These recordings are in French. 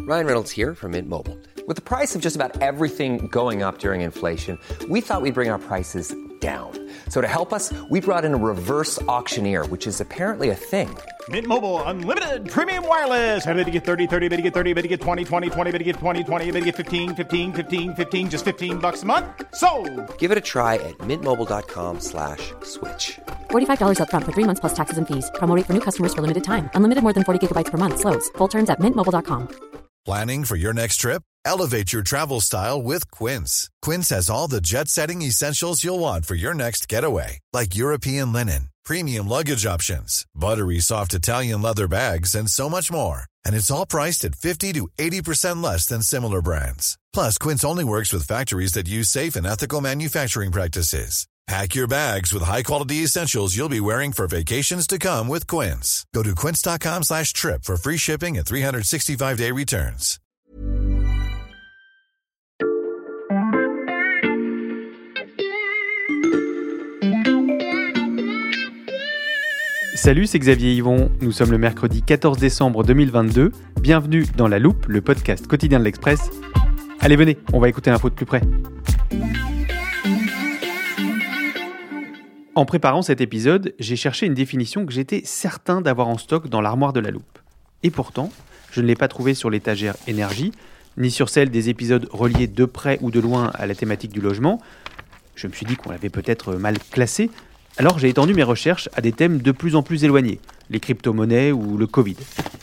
Ryan Reynolds here from Mint Mobile. With the price of just about everything going up during inflation, we thought we'd bring our prices down. So to help us, we brought in a reverse auctioneer, which is apparently a thing. Mint Mobile Unlimited Premium Wireless. How to get 30, 30, bit to get 30, bit to get 20, 20, 20, bit to get 20, 20, bit to get 15, 15, 15, 15, just $15 a month? Sold! Give it a try at mintmobile.com/switch. $45 up front for 3 months plus taxes and fees. Promo rate for new customers for limited time. Unlimited more than 40 gigabytes per month. Slows full terms at mintmobile.com. Planning for your next trip? Elevate your travel style with Quince. Quince has all the jet-setting essentials you'll want for your next getaway, like European linen, premium luggage options, buttery soft Italian leather bags, and so much more. And it's all priced at 50 to 80% less than similar brands. Plus, Quince only works with factories that use safe and ethical manufacturing practices. Pack your bags with high-quality essentials you'll be wearing for vacations to come with Quince. Go to quince.com/trip for free shipping and 365-day returns. Salut, c'est Xavier Yvon. Nous sommes le mercredi 14 décembre 2022. Bienvenue dans La Loupe, le podcast quotidien de l'Express. Allez, venez, on va écouter l'info de plus près. En préparant cet épisode, j'ai cherché une définition que j'étais certain d'avoir en stock dans l'armoire de La Loupe. Et pourtant, je ne l'ai pas trouvée sur l'étagère énergie, ni sur celle des épisodes reliés de près ou de loin à la thématique du logement. Je me suis dit qu'on l'avait peut-être mal classée, alors j'ai étendu mes recherches à des thèmes de plus en plus éloignés, les crypto-monnaies ou le Covid.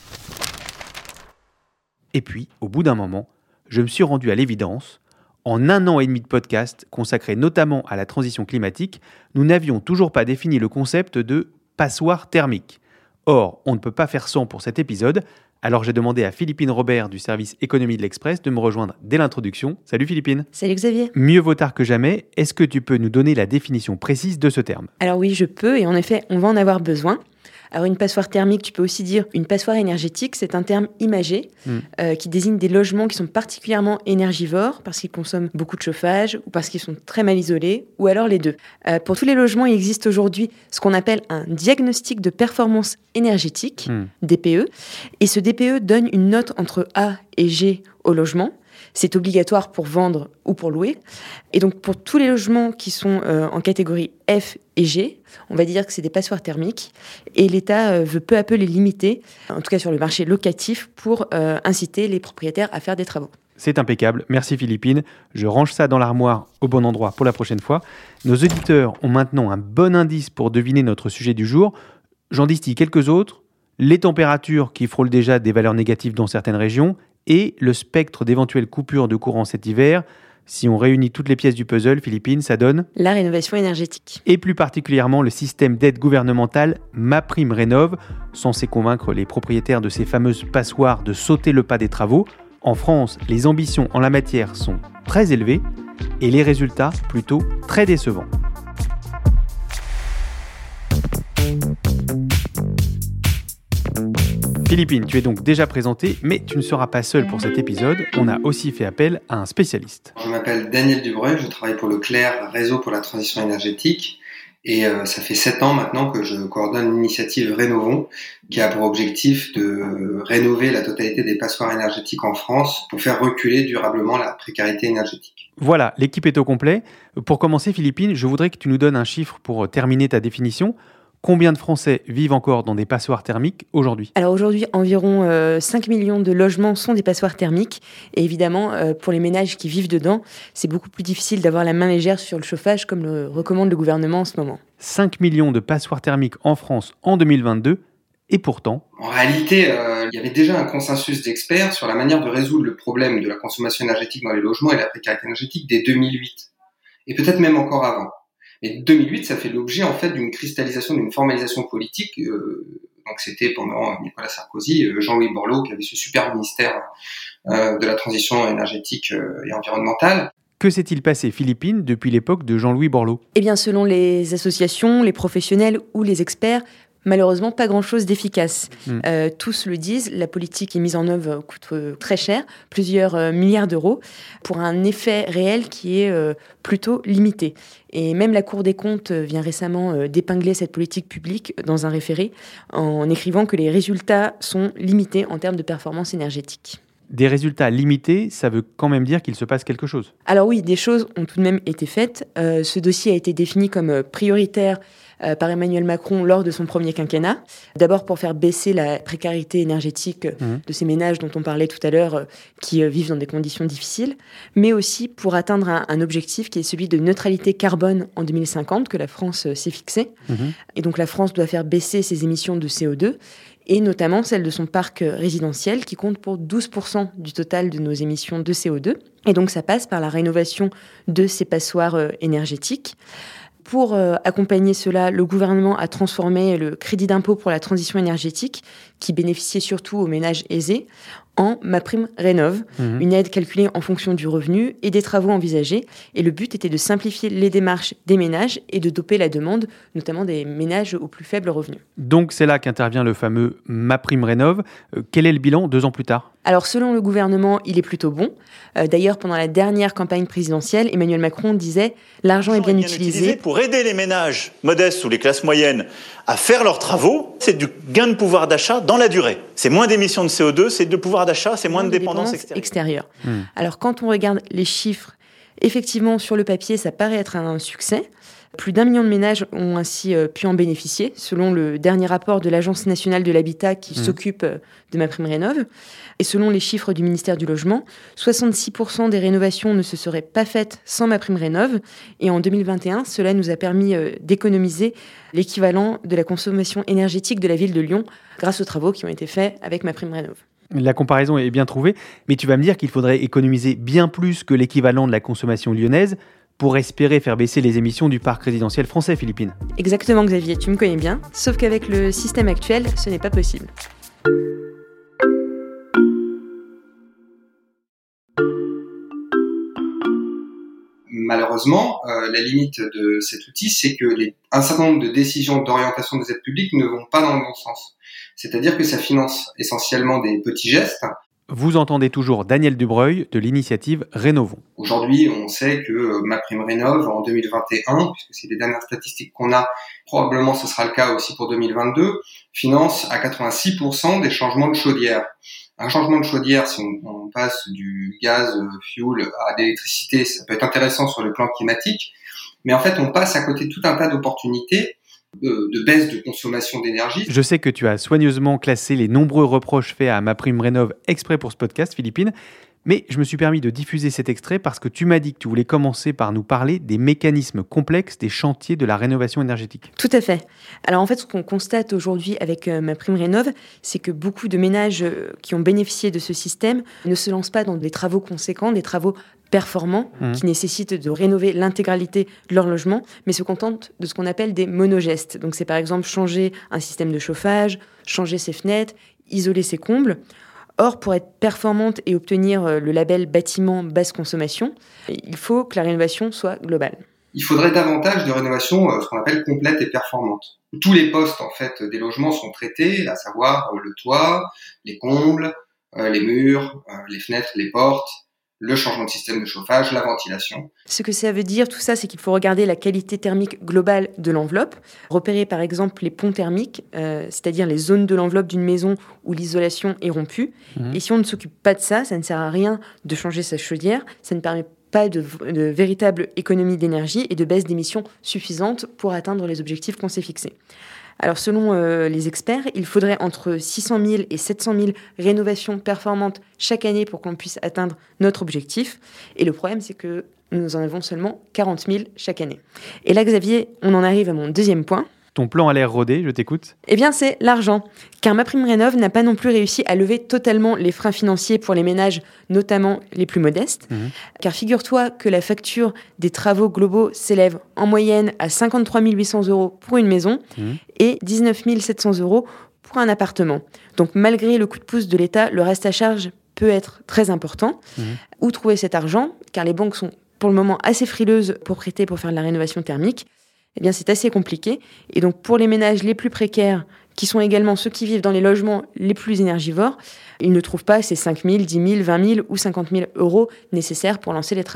Et puis, au bout d'un moment, je me suis rendu à l'évidence. En 1 an et demi de podcast, consacré notamment à la transition climatique, nous n'avions toujours pas défini le concept de passoire thermique. Or, on ne peut pas faire sans pour cet épisode, alors j'ai demandé à Philippine Robert du service économie de l'Express de me rejoindre dès l'introduction. Salut Philippine. Salut Xavier. Mieux vaut tard que jamais, est-ce que tu peux nous donner la définition précise de ce terme ? Alors oui, je peux, et en effet, on va en avoir besoin. Alors une passoire thermique, tu peux aussi dire une passoire énergétique, c'est un terme imagé qui désigne des logements qui sont particulièrement énergivores parce qu'ils consomment beaucoup de chauffage ou parce qu'ils sont très mal isolés ou alors les deux. Pour tous les logements, il existe aujourd'hui ce qu'on appelle un diagnostic de performance énergétique, DPE, et ce DPE donne une note entre A et G au logement. C'est obligatoire pour vendre ou pour louer. Et donc, pour tous les logements qui sont en catégorie F et G, on va dire que c'est des passoires thermiques. Et l'État veut peu à peu les limiter, en tout cas sur le marché locatif, pour inciter les propriétaires à faire des travaux. C'est impeccable. Merci Philippine. Je range ça dans l'armoire au bon endroit pour la prochaine fois. Nos auditeurs ont maintenant un bon indice pour deviner notre sujet du jour. J'en distille quelques autres. Les températures qui frôlent déjà des valeurs négatives dans certaines régions et le spectre d'éventuelles coupures de courant cet hiver. Si on réunit toutes les pièces du puzzle, Philippine, ça donne la rénovation énergétique. Et plus particulièrement le système d'aide gouvernementale MaPrimeRénov', censé convaincre les propriétaires de ces fameuses passoires de sauter le pas des travaux. En France, les ambitions en la matière sont très élevées et les résultats plutôt très décevants. Philippine, tu es donc déjà présentée, mais tu ne seras pas seule pour cet épisode. On a aussi fait appel à un spécialiste. Je m'appelle Daniel Dubreuil, je travaille pour le CLER, Réseau pour la transition énergétique. Et ça fait 7 ans maintenant que je coordonne l'initiative Rénovons, qui a pour objectif de rénover la totalité des passoires énergétiques en France pour faire reculer durablement la précarité énergétique. Voilà, l'équipe est au complet. Pour commencer, Philippine, je voudrais que tu nous donnes un chiffre pour terminer ta définition. Combien de Français vivent encore dans des passoires thermiques aujourd'hui ? Alors aujourd'hui, environ 5 millions de logements sont des passoires thermiques. Et évidemment, pour les ménages qui vivent dedans, c'est beaucoup plus difficile d'avoir la main légère sur le chauffage, comme le recommande le gouvernement en ce moment. 5 millions de passoires thermiques en France en 2022, et pourtant... En réalité, il y avait déjà un consensus d'experts sur la manière de résoudre le problème de la consommation énergétique dans les logements et la précarité énergétique dès 2008. Et peut-être même encore avant. Et 2008, ça fait l'objet en fait d'une cristallisation, d'une formalisation politique. Donc c'était pendant Nicolas Sarkozy, Jean-Louis Borloo qui avait ce super ministère de la transition énergétique et environnementale. Que s'est-il passé, Philippine, depuis l'époque de Jean-Louis Borloo ? Eh bien, selon les associations, les professionnels ou les experts, malheureusement, pas grand-chose d'efficace. Tous le disent, la politique qui est mise en œuvre coûte très cher, plusieurs milliards d'euros, pour un effet réel qui est plutôt limité. Et même la Cour des comptes vient récemment d'épingler cette politique publique dans un référé, en écrivant que les résultats sont limités en termes de performance énergétique. Des résultats limités, ça veut quand même dire qu'il se passe quelque chose. Alors oui, des choses ont tout de même été faites. Ce dossier a été défini comme prioritaire par Emmanuel Macron lors de son premier quinquennat. D'abord pour faire baisser la précarité énergétique de ces ménages dont on parlait tout à l'heure, qui vivent dans des conditions difficiles, mais aussi pour atteindre un objectif qui est celui de neutralité carbone en 2050 que la France s'est fixé. Et donc la France doit faire baisser ses émissions de CO2 et notamment celle de son parc résidentiel qui compte pour 12% du total de nos émissions de CO2. Et donc ça passe par la rénovation de ces passoires énergétiques. Pour accompagner cela, le gouvernement a transformé le crédit d'impôt pour la transition énergétique, qui bénéficiait surtout aux ménages aisés, en MaPrimeRénov', une aide calculée en fonction du revenu et des travaux envisagés. Et le but était de simplifier les démarches des ménages et de doper la demande, notamment des ménages aux plus faibles revenus. Donc c'est là qu'intervient le fameux MaPrimeRénov'. Quel est le bilan 2 ans plus tard ? Alors selon le gouvernement, il est plutôt bon. D'ailleurs, pendant la dernière campagne présidentielle, Emmanuel Macron disait « L'argent est bien utilisé pour aider les ménages modestes ou les classes moyennes à faire leurs travaux. C'est du gain de pouvoir d'achat dans la durée. C'est moins d'émissions de CO2, c'est de pouvoir d'achat, c'est moins de dépendance extérieure. » Alors quand on regarde les chiffres, effectivement sur le papier, ça paraît être un succès. Plus d'1 million de ménages ont ainsi pu en bénéficier, selon le dernier rapport de l'Agence nationale de l'habitat qui s'occupe de MaPrimeRénov'. Et selon les chiffres du ministère du Logement, 66% des rénovations ne se seraient pas faites sans MaPrimeRénov'. Et en 2021, cela nous a permis d'économiser l'équivalent de la consommation énergétique de la ville de Lyon grâce aux travaux qui ont été faits avec MaPrimeRénov'. La comparaison est bien trouvée, mais tu vas me dire qu'il faudrait économiser bien plus que l'équivalent de la consommation lyonnaise pour espérer faire baisser les émissions du parc résidentiel français, Philippine. Exactement, Xavier, tu me connais bien. Sauf qu'avec le système actuel, ce n'est pas possible. Malheureusement, la limite de cet outil, c'est que un certain nombre de décisions d'orientation des aides publiques ne vont pas dans le bon sens. C'est-à-dire que ça finance essentiellement des petits gestes. Vous entendez toujours Daniel Dubreuil de l'initiative Rénovons. Aujourd'hui, on sait que MaPrimeRénov', en 2021, puisque c'est les dernières statistiques qu'on a, probablement ce sera le cas aussi pour 2022, finance à 86% des changements de chaudière. Un changement de chaudière, si on passe du gaz, fuel à l'électricité, ça peut être intéressant sur le plan climatique, mais en fait, on passe à côté de tout un tas d'opportunités de baisse de consommation d'énergie. Je sais que tu as soigneusement classé les nombreux reproches faits à MaPrimeRénov' exprès pour ce podcast, Philippine, mais je me suis permis de diffuser cet extrait parce que tu m'as dit que tu voulais commencer par nous parler des mécanismes complexes des chantiers de la rénovation énergétique. Tout à fait. Alors en fait, ce qu'on constate aujourd'hui avec MaPrimeRénov', c'est que beaucoup de ménages qui ont bénéficié de ce système ne se lancent pas dans des travaux conséquents, des travaux performants qui nécessitent de rénover l'intégralité de leur logement, mais se contentent de ce qu'on appelle des monogestes. Donc c'est par exemple changer un système de chauffage, changer ses fenêtres, isoler ses combles. Or, pour être performante et obtenir le label bâtiment basse consommation, il faut que la rénovation soit globale. Il faudrait davantage de rénovation, ce qu'on appelle complète et performante. Tous les postes, en fait, des logements sont traités, à savoir le toit, les combles, les murs, les fenêtres, les portes, le changement de système de chauffage, la ventilation. Ce que ça veut dire, tout ça, c'est qu'il faut regarder la qualité thermique globale de l'enveloppe, repérer par exemple les ponts thermiques, c'est-à-dire les zones de l'enveloppe d'une maison où l'isolation est rompue. Et si on ne s'occupe pas de ça, ça ne sert à rien de changer sa chaudière, ça ne permet pas de véritable économie d'énergie et de baisse d'émissions suffisante pour atteindre les objectifs qu'on s'est fixés. Alors selon les experts, il faudrait entre 600 000 et 700 000 rénovations performantes chaque année pour qu'on puisse atteindre notre objectif. Et le problème, c'est que nous en avons seulement 40 000 chaque année. Et là, Xavier, on en arrive à mon deuxième point. Ton plan a l'air rodé, je t'écoute. Eh bien, c'est l'argent. Car MaPrimeRénov' n'a pas non plus réussi à lever totalement les freins financiers pour les ménages, notamment les plus modestes. Car figure-toi que la facture des travaux globaux s'élève en moyenne à 53 800 € pour une maison et 19 700 € pour un appartement. Donc, malgré le coup de pouce de l'État, le reste à charge peut être très important. Où trouver cet argent ? Car les banques sont pour le moment assez frileuses pour prêter pour faire de la rénovation thermique. Eh bien, c'est assez compliqué. Et donc, pour les ménages les plus précaires, qui sont également ceux qui vivent dans les logements les plus énergivores, ils ne trouvent pas ces 5 000, 10 000, 20 000 ou 50 000 € nécessaires pour lancer les travaux.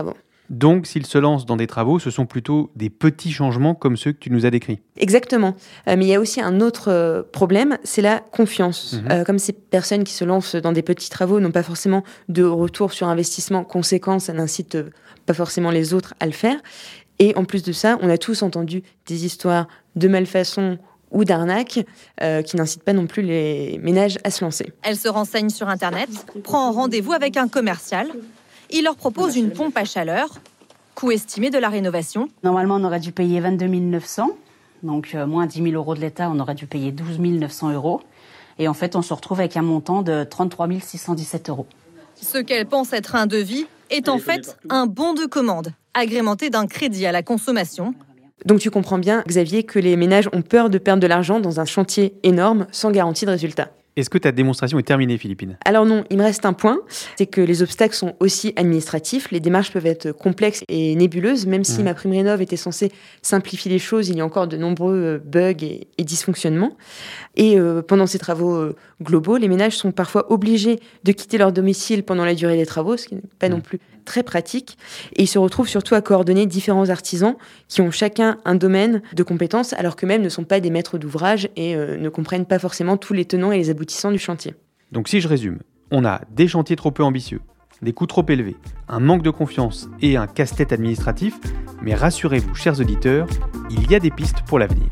Donc, s'ils se lancent dans des travaux, ce sont plutôt des petits changements comme ceux que tu nous as décrits. Exactement. Mais il y a aussi un autre problème, c'est la confiance. Comme ces personnes qui se lancent dans des petits travaux n'ont pas forcément de retour sur investissement conséquent, ça n'incite pas forcément les autres à le faire. Et en plus de ça, on a tous entendu des histoires de malfaçon ou d'arnaque qui n'incitent pas non plus les ménages à se lancer. Elle se renseigne sur Internet, prend rendez-vous avec un commercial. Il leur propose une pompe à chaleur. Coût estimé de la rénovation. Normalement, on aurait dû payer 22 900. Donc, moins 10 000 euros de l'État, on aurait dû payer 12 900 euros. Et en fait, on se retrouve avec un montant de 33 617 euros. Ce qu'elle pense être un devis est en fait un bon de commande, agrémenté d'un crédit à la consommation. Donc tu comprends bien, Xavier, que les ménages ont peur de perdre de l'argent dans un chantier énorme sans garantie de résultat. Est-ce que ta démonstration est terminée, Philippine ? Alors non, il me reste un point, c'est que les obstacles sont aussi administratifs. Les démarches peuvent être complexes et nébuleuses, même si MaPrimeRénov' était censée simplifier les choses, il y a encore de nombreux bugs et dysfonctionnements. Et pendant ces travaux globaux, les ménages sont parfois obligés de quitter leur domicile pendant la durée des travaux, ce qui n'est pas non plus très pratique. Et ils se retrouvent surtout à coordonner différents artisans qui ont chacun un domaine de compétences, alors qu'eux-mêmes ne sont pas des maîtres d'ouvrage et ne comprennent pas forcément tous les tenants et les aboutissants du chantier. Donc si je résume, on a des chantiers trop peu ambitieux, des coûts trop élevés, un manque de confiance et un casse-tête administratif, mais rassurez-vous, chers auditeurs, il y a des pistes pour l'avenir.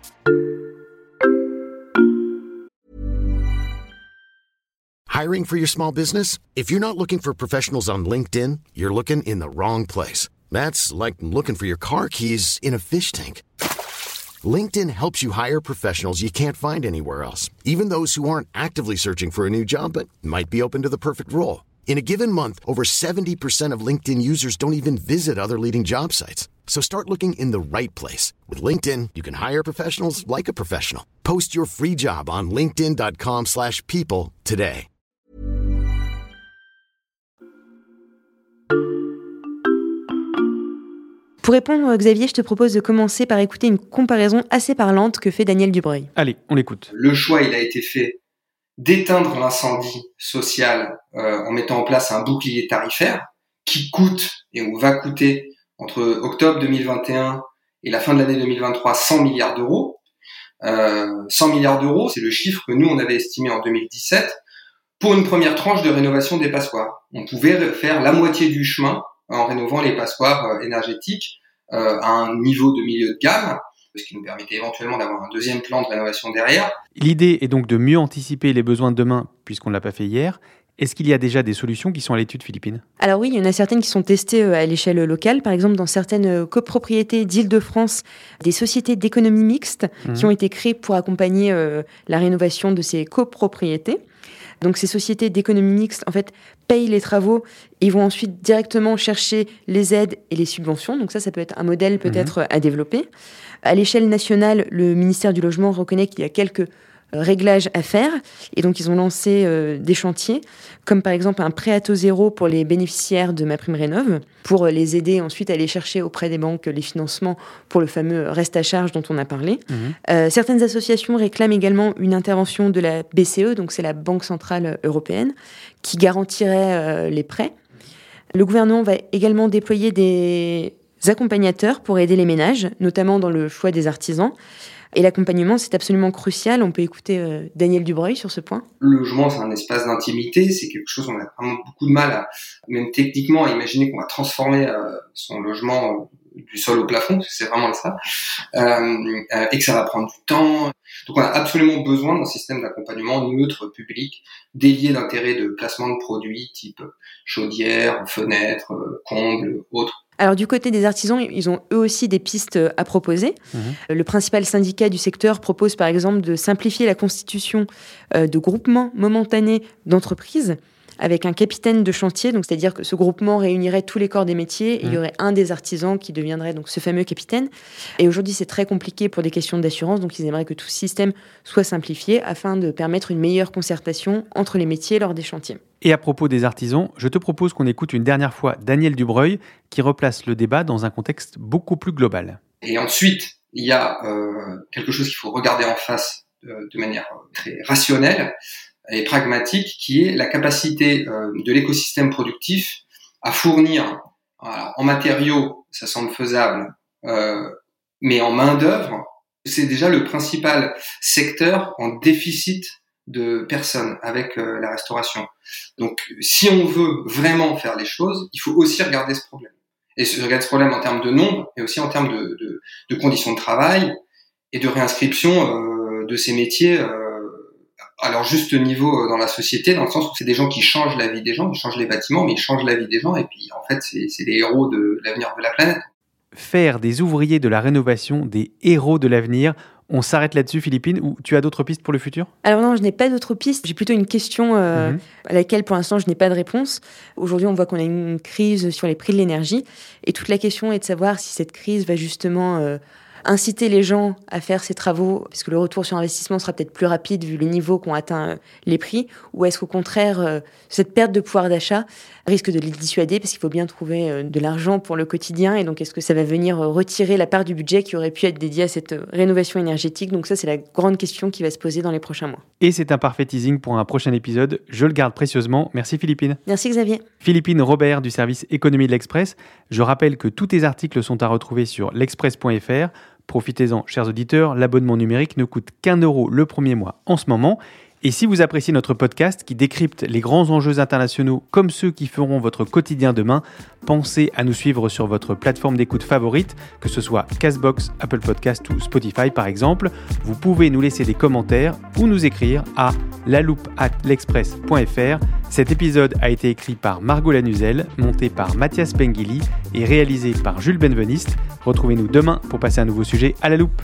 Hiring for your small business? If you're not looking for professionals on LinkedIn, you're looking in the wrong place. That's like looking for your car keys in a fish tank. LinkedIn helps you hire professionals you can't find anywhere else, even those who aren't actively searching for a new job but might be open to the perfect role. In a given month, over 70% of LinkedIn users don't even visit other leading job sites. So start looking in the right place. With LinkedIn, you can hire professionals like a professional. Post your free job on linkedin.com/people today. Pour répondre, Xavier, je te propose de commencer par écouter une comparaison assez parlante que fait Daniel Dubreuil. Allez, on l'écoute. Le choix, il a été fait d'éteindre l'incendie social en mettant en place un bouclier tarifaire qui coûte et ou va coûter entre octobre 2021 et la fin de l'année 2023 100 milliards d'euros. 100 milliards d'euros, c'est le chiffre que nous, on avait estimé en 2017 pour une première tranche de rénovation des passoires. On pouvait faire la moitié du chemin en rénovant les passoires énergétiques à un niveau de milieu de gamme, ce qui nous permettait éventuellement d'avoir un deuxième plan de rénovation derrière. L'idée est donc de mieux anticiper les besoins de demain, puisqu'on ne l'a pas fait hier. Est-ce qu'il y a déjà des solutions qui sont à l'étude, Philippine ? Alors oui, il y en a certaines qui sont testées à l'échelle locale. Par exemple, dans certaines copropriétés d'Île-de-France, des sociétés d'économie mixte qui ont été créées pour accompagner la rénovation de ces copropriétés. Donc ces sociétés d'économie mixte, en fait, payent les travaux et vont ensuite directement chercher les aides et les subventions. Donc ça peut être un modèle peut-être à développer. À l'échelle nationale, le ministère du Logement reconnaît qu'il y a quelques réglages à faire. Et donc, ils ont lancé des chantiers, comme par exemple un prêt à taux zéro pour les bénéficiaires de MaPrimeRénov', pour les aider ensuite à aller chercher auprès des banques les financements pour le fameux reste à charge dont on a parlé. Certaines associations réclament également une intervention de la BCE, donc c'est la Banque Centrale Européenne, qui garantirait les prêts. Le gouvernement va également déployer des accompagnateurs pour aider les ménages, notamment dans le choix des artisans. Et l'accompagnement, c'est absolument crucial. On peut écouter Daniel Dubreuil sur ce point. Le logement, c'est un espace d'intimité. C'est quelque chose, on a vraiment beaucoup de mal, même techniquement, à imaginer qu'on va transformer son logement du sol au plafond, parce que c'est vraiment ça, et que ça va prendre du temps. Donc on a absolument besoin d'un système d'accompagnement neutre, public, délié d'intérêt de placement de produits type chaudière, fenêtres, combles, autres. Alors du côté des artisans, ils ont eux aussi des pistes à proposer. Le principal syndicat du secteur propose par exemple de simplifier la constitution de groupements momentanés d'entreprises avec un capitaine de chantier, donc c'est-à-dire que ce groupement réunirait tous les corps des métiers et il y aurait un des artisans qui deviendrait donc ce fameux capitaine. Et aujourd'hui, c'est très compliqué pour des questions d'assurance, donc ils aimeraient que tout ce système soit simplifié afin de permettre une meilleure concertation entre les métiers lors des chantiers. Et à propos des artisans, je te propose qu'on écoute une dernière fois Daniel Dubreuil qui replace le débat dans un contexte beaucoup plus global. Et ensuite, il y a quelque chose qu'il faut regarder en face de manière très rationnelle et pragmatique, qui est la capacité de l'écosystème productif à fournir Alors, en matériaux, ça semble faisable, mais en main-d'œuvre, c'est déjà le principal secteur en déficit de personnes avec la restauration. Donc, si on veut vraiment faire les choses, il faut aussi regarder ce problème. Et regarder ce problème en termes de nombre, et aussi en termes de conditions de travail et de réinscription de ces métiers à leur juste niveau dans la société, dans le sens où c'est des gens qui changent la vie des gens, ils changent les bâtiments, mais ils changent la vie des gens, et puis en fait, c'est les héros de l'avenir de la planète. Faire des ouvriers de la rénovation des héros de l'avenir. On s'arrête là-dessus, Philippine, ou tu as d'autres pistes pour le futur ? Alors non, je n'ai pas d'autres pistes. J'ai plutôt une question à laquelle, pour l'instant, je n'ai pas de réponse. Aujourd'hui, on voit qu'on a une crise sur les prix de l'énergie. Et toute la question est de savoir si cette crise va justement inciter les gens à faire ces travaux, parce que le retour sur investissement sera peut-être plus rapide vu le niveau qu'ont atteint les prix, ou est-ce qu'au contraire, cette perte de pouvoir d'achat risque de les dissuader, parce qu'il faut bien trouver de l'argent pour le quotidien, et donc est-ce que ça va venir retirer la part du budget qui aurait pu être dédiée à cette rénovation énergétique ? Donc ça, c'est la grande question qui va se poser dans les prochains mois. Et c'est un parfait teasing pour un prochain épisode. Je le garde précieusement. Merci Philippine. Merci Xavier. Philippine Robert du service économie de l'Express. Je rappelle que tous tes articles sont à retrouver sur l'express.fr. Profitez-en, chers auditeurs, l'abonnement numérique ne coûte qu'1 € le premier mois en ce moment. Et si vous appréciez notre podcast qui décrypte les grands enjeux internationaux comme ceux qui feront votre quotidien demain, pensez à nous suivre sur votre plateforme d'écoute favorite, que ce soit Castbox, Apple Podcast ou Spotify par exemple. Vous pouvez nous laisser des commentaires ou nous écrire à laloupe@l'express.fr. Cet épisode a été écrit par Margot Lanuzel, monté par Mathias Pengili et réalisé par Jules Benveniste. Retrouvez-nous demain pour passer un nouveau sujet à la loupe.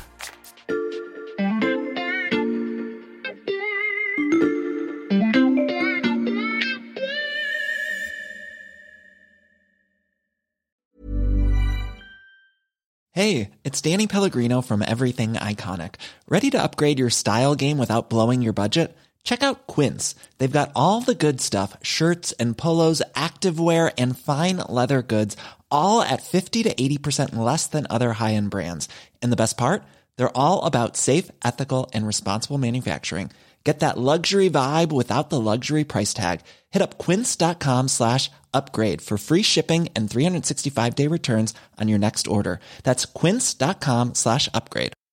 Hey, it's Danny Pellegrino from Everything Iconic. Ready to upgrade your style game without blowing your budget? Check out Quince. They've got all the good stuff, shirts and polos, activewear, and fine leather goods, all at 50 to 80% less than other high-end brands. And the best part? They're all about safe, ethical, and responsible manufacturing. Get that luxury vibe without the luxury price tag. Hit up quince.com/upgrade for free shipping and 365-day returns on your next order. That's quince.com/upgrade.